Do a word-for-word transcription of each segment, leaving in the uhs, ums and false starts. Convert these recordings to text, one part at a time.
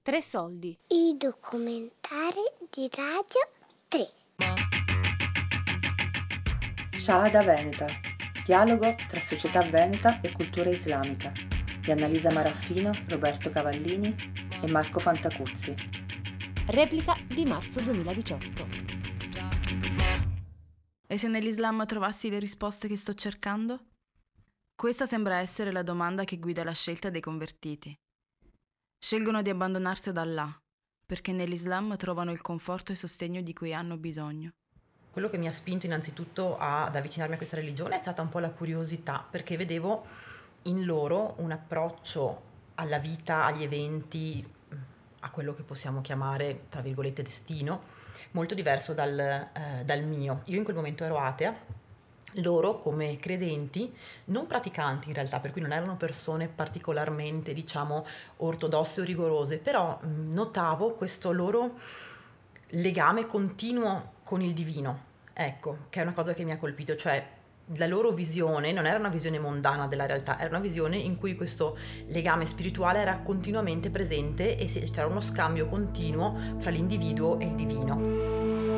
Tre soldi. I documentari di Radio tre. Shahada Veneta. Dialogo tra società veneta e cultura islamica di Annalisa Maraffino, Roberto Cavallini e Marco Fantacuzzi. Replica di marzo duemiladiciotto. E se nell'Islam trovassi le risposte che sto cercando? Questa sembra essere la domanda che guida la scelta dei convertiti. Scelgono di abbandonarsi ad Allah, perché nell'Islam trovano il conforto e sostegno di cui hanno bisogno. Quello che mi ha spinto innanzitutto ad avvicinarmi a questa religione è stata un po' la curiosità, perché vedevo in loro un approccio alla vita, agli eventi, a quello che possiamo chiamare, tra virgolette, destino, molto diverso dal, eh, dal mio. Io in quel momento ero atea, loro come credenti, non praticanti in realtà, per cui non erano persone particolarmente, diciamo, ortodosse o rigorose, però mh, notavo questo loro legame continuo con il divino, ecco, che è una cosa che mi ha colpito, cioè la loro visione non era una visione mondana della realtà, era una visione in cui questo legame spirituale era continuamente presente e c'era uno scambio continuo fra l'individuo e il divino.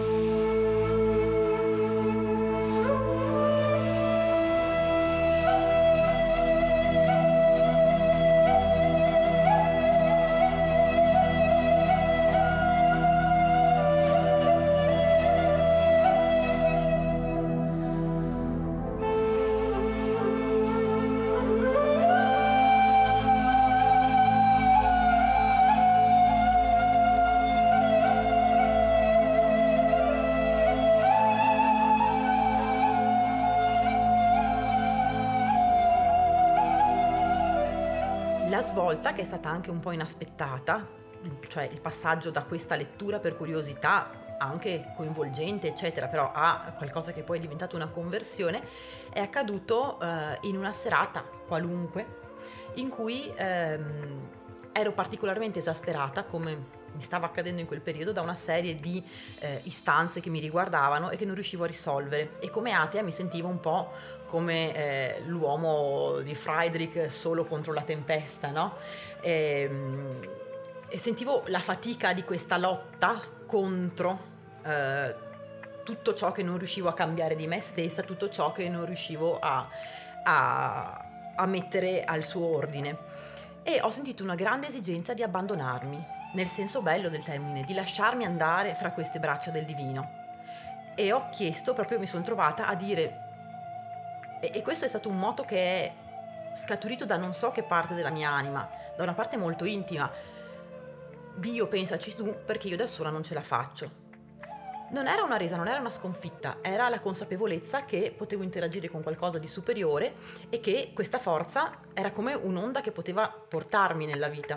La svolta, che è stata anche un po' inaspettata, cioè il passaggio da questa lettura per curiosità, anche coinvolgente eccetera, però a qualcosa che poi è diventato una conversione, è accaduto eh, in una serata qualunque in cui ehm, ero particolarmente esasperata, come mi stava accadendo in quel periodo, da una serie di eh, istanze che mi riguardavano e che non riuscivo a risolvere, e come atea mi sentivo un po' come eh, l'uomo di Friedrich solo contro la tempesta, no? E, e sentivo la fatica di questa lotta contro eh, tutto ciò che non riuscivo a cambiare di me stessa, tutto ciò che non riuscivo a, a, a mettere al suo ordine. E ho sentito una grande esigenza di abbandonarmi, nel senso bello del termine, di lasciarmi andare fra queste braccia del divino. E ho chiesto, proprio mi sono trovata a dire, e, e questo è stato un moto che è scaturito da non so che parte della mia anima, da una parte molto intima: Dio, pensaci tu, perché io da sola non ce la faccio. Non era una resa, non era una sconfitta, era la consapevolezza che potevo interagire con qualcosa di superiore e che questa forza era come un'onda che poteva portarmi nella vita.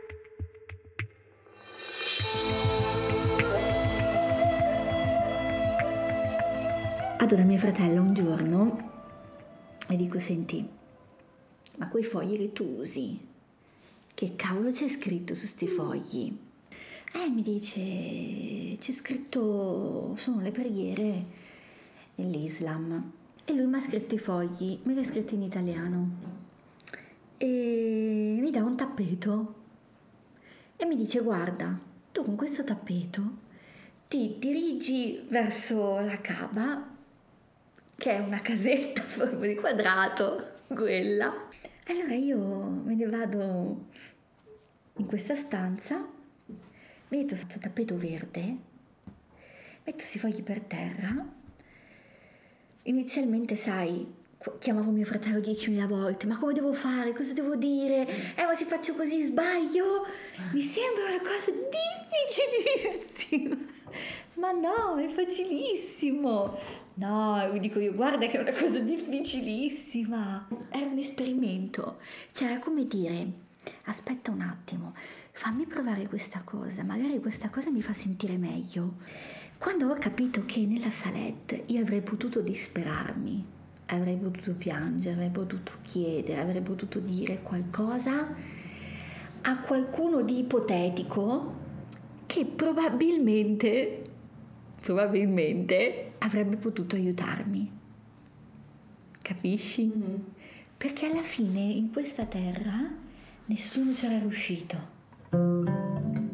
Vado da mio fratello un giorno e dico: senti, ma quei fogli che tu usi, che cavolo c'è scritto su sti fogli? Eh, mi dice, c'è scritto, sono le preghiere dell'Islam. E lui mi ha scritto i fogli, me li ha scritti in italiano. E mi dà un tappeto e mi dice: guarda, tu con questo tappeto ti dirigi verso la Kaaba, che è una casetta a forma di quadrato, quella. Allora io me ne vado in questa stanza, metto questo tappeto verde, metto questi fogli per terra. Inizialmente, sai, chiamavo mio fratello diecimila volte: ma come devo fare? Cosa devo dire? Eh, ma se faccio così sbaglio? Mi sembra una cosa difficilissima. Ma no, è facilissimo. No, vi dico io, guarda che è una cosa difficilissima. Era un esperimento. Cioè, era come dire: aspetta un attimo, fammi provare questa cosa, magari questa cosa mi fa sentire meglio. Quando ho capito che nella saletta io avrei potuto disperarmi, avrei potuto piangere, avrei potuto chiedere, avrei potuto dire qualcosa a qualcuno di ipotetico che probabilmente, probabilmente avrebbe potuto aiutarmi. Capisci? Mm-hmm. Perché alla fine in questa terra nessuno c'era riuscito.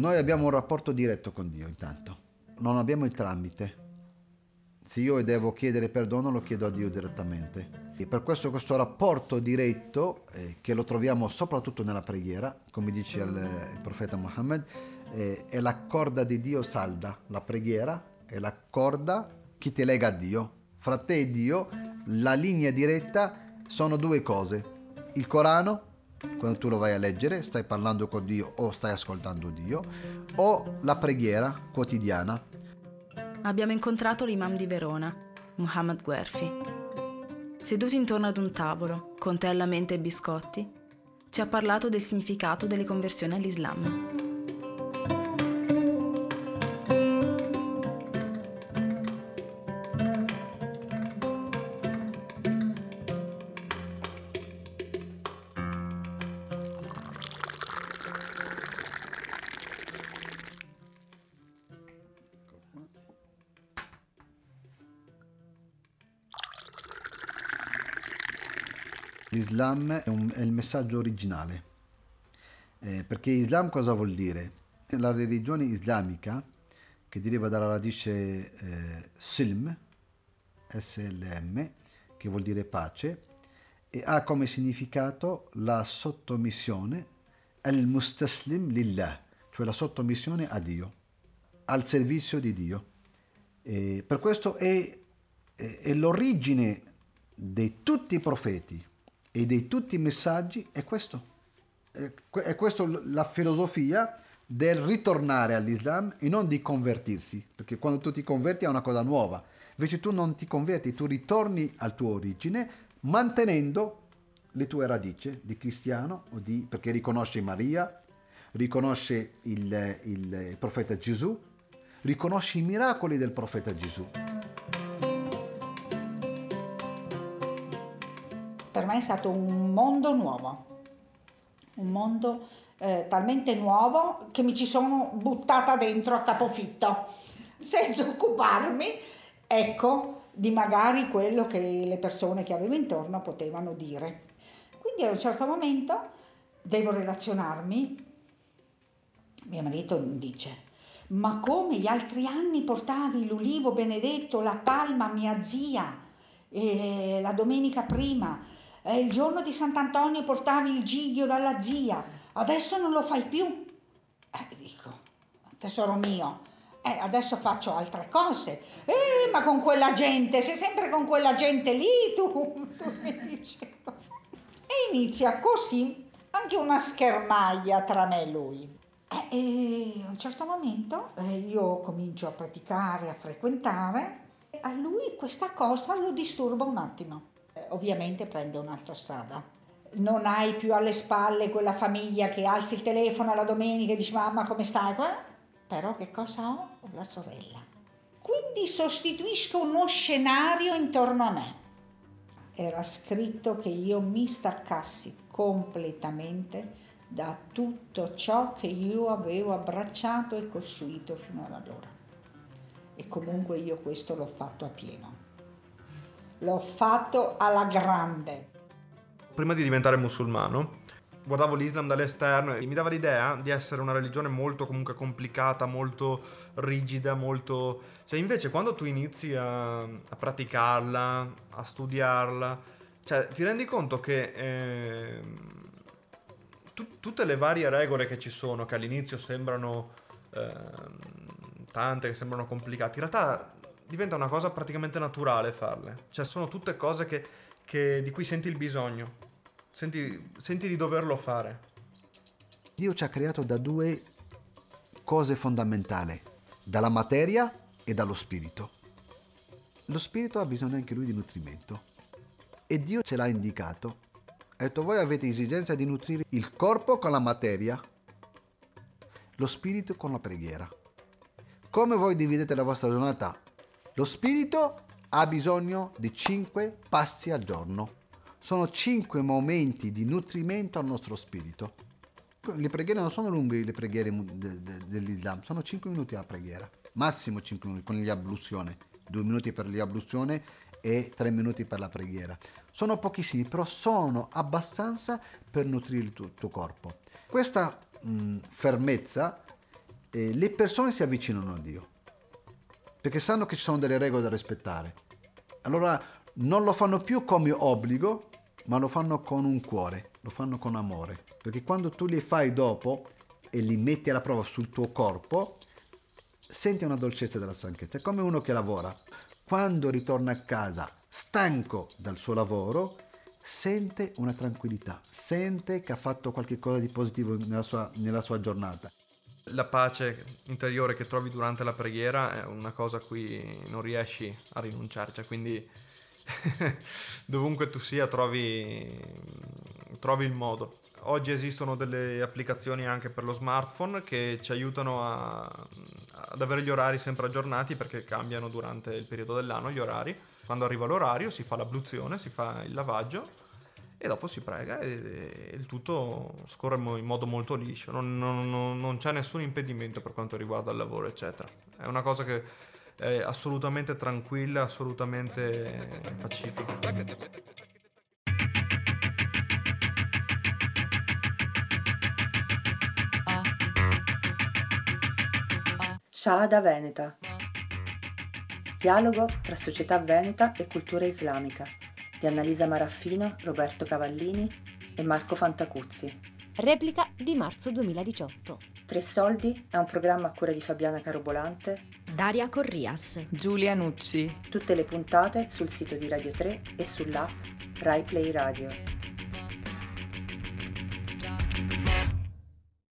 Noi abbiamo un rapporto diretto con Dio intanto, non abbiamo il tramite. Se io devo chiedere perdono lo chiedo a Dio direttamente. E per questo questo rapporto diretto, eh, che lo troviamo soprattutto nella preghiera, come dice il, il profeta Muhammad, eh, è la corda di Dio salda. La preghiera è la corda che ti lega a Dio. Fra te e Dio la linea diretta sono due cose. Il Corano, quando tu lo vai a leggere, stai parlando con Dio o stai ascoltando Dio, o la preghiera quotidiana. Abbiamo incontrato l'imam di Verona, Muhammad Guerfi. Seduti intorno ad un tavolo, con tè alla menta e biscotti, ci ha parlato del significato delle conversioni all'Islam. L'Islam è, un, è il messaggio originale, eh, perché Islam cosa vuol dire? La religione islamica, che deriva dalla radice eh, Silm, S L M, che vuol dire pace, e ha come significato la sottomissione al-mustaslim lillah, cioè la sottomissione a Dio, al servizio di Dio. E per questo è, è, è l'origine di tutti i profeti e di tutti i messaggi, è questo. È, è questa la filosofia del ritornare all'Islam e non di convertirsi, perché quando tu ti converti è una cosa nuova, invece tu non ti converti, tu ritorni al tuo origine mantenendo le tue radici di cristiano, o di, perché riconosce Maria, riconosce il, il profeta Gesù, riconosce i miracoli del profeta Gesù. Per me è stato un mondo nuovo, un mondo eh, talmente nuovo che mi ci sono buttata dentro a capofitto, senza occuparmi, ecco, di magari quello che le persone che avevo intorno potevano dire. Quindi a un certo momento devo relazionarmi, mio marito mi dice: ma come gli altri anni portavi l'ulivo benedetto, la palma a mia zia, e la domenica prima, e il giorno di Sant'Antonio portavi il giglio dalla zia, adesso non lo fai più? Eh, dico, tesoro mio, eh, adesso faccio altre cose. Eh, ma con quella gente, sei sempre con quella gente lì, tu, tu mi dici. E inizia così anche una schermaglia tra me e lui. Eh, e a un certo momento eh, io comincio a praticare, a frequentare, e a lui questa cosa lo disturba un attimo. Eh, ovviamente prende un'altra strada. Non hai più alle spalle quella famiglia che alzi il telefono alla domenica e dici: mamma, come stai? Però che cosa ho? Ho la sorella. Quindi sostituisco uno scenario intorno a me. Era scritto che io mi staccassi completamente da tutto ciò che io avevo abbracciato e costruito fino ad allora. E comunque io questo l'ho fatto a pieno. L'ho fatto alla grande. Prima di diventare musulmano, guardavo l'Islam dall'esterno e mi dava l'idea di essere una religione molto comunque complicata, molto rigida, molto... Cioè invece quando tu inizi a, a praticarla, a studiarla, cioè ti rendi conto che eh, tu, tutte le varie regole che ci sono, che all'inizio sembrano eh, tante, che sembrano complicate, in realtà diventa una cosa praticamente naturale farle. Cioè sono tutte cose che, che, di cui senti il bisogno. Senti, senti di doverlo fare. Dio ci ha creato da due cose fondamentali, dalla materia e dallo spirito. Lo spirito ha bisogno anche lui di nutrimento e Dio ce l'ha indicato. Ha detto: voi avete esigenza di nutrire il corpo con la materia, lo spirito con la preghiera. Come voi dividete la vostra giornata? Lo spirito ha bisogno di cinque pasti al giorno. Sono cinque momenti di nutrimento al nostro spirito. Le preghiere non sono lunghe, le preghiere de, de, dell'Islam, sono cinque minuti alla preghiera, massimo cinque minuti con l'abluzione, due minuti per l'abluzione e tre minuti per la preghiera. Sono pochissimi, però sono abbastanza per nutrire il tuo, tuo corpo. Questa mh, fermezza eh, le persone si avvicinano a Dio, perché sanno che ci sono delle regole da rispettare. Allora non lo fanno più come obbligo, ma lo fanno con un cuore, lo fanno con amore, perché quando tu li fai dopo e li metti alla prova sul tuo corpo, senti una dolcezza della stanchezza. È come uno che lavora. Quando ritorna a casa stanco dal suo lavoro, sente una tranquillità, sente che ha fatto qualche cosa di positivo nella sua, nella sua giornata. La pace interiore che trovi durante la preghiera è una cosa a cui non riesci a rinunciare, cioè quindi dovunque tu sia trovi, trovi il modo. Oggi esistono delle applicazioni anche per lo smartphone che ci aiutano a, ad avere gli orari sempre aggiornati, perché cambiano durante il periodo dell'anno gli orari. Quando arriva l'orario si fa l'abluzione, si fa il lavaggio e dopo si prega e, e il tutto scorre in modo molto liscio. Non, non, non c'è nessun impedimento per quanto riguarda il lavoro, eccetera. È una cosa che è assolutamente tranquilla, assolutamente pacifica. Shahada Veneta. Dialogo tra società veneta e cultura islamica di Annalisa Maraffino, Roberto Cavallini e Marco Fantacuzzi. Replica di marzo duemiladiciotto. Tre Soldi è un programma a cura di Fabiana Carobolante, Daria Corrias, Giulia Nucci. Tutte le puntate sul sito di Radio tre e sull'app Rai Play Radio.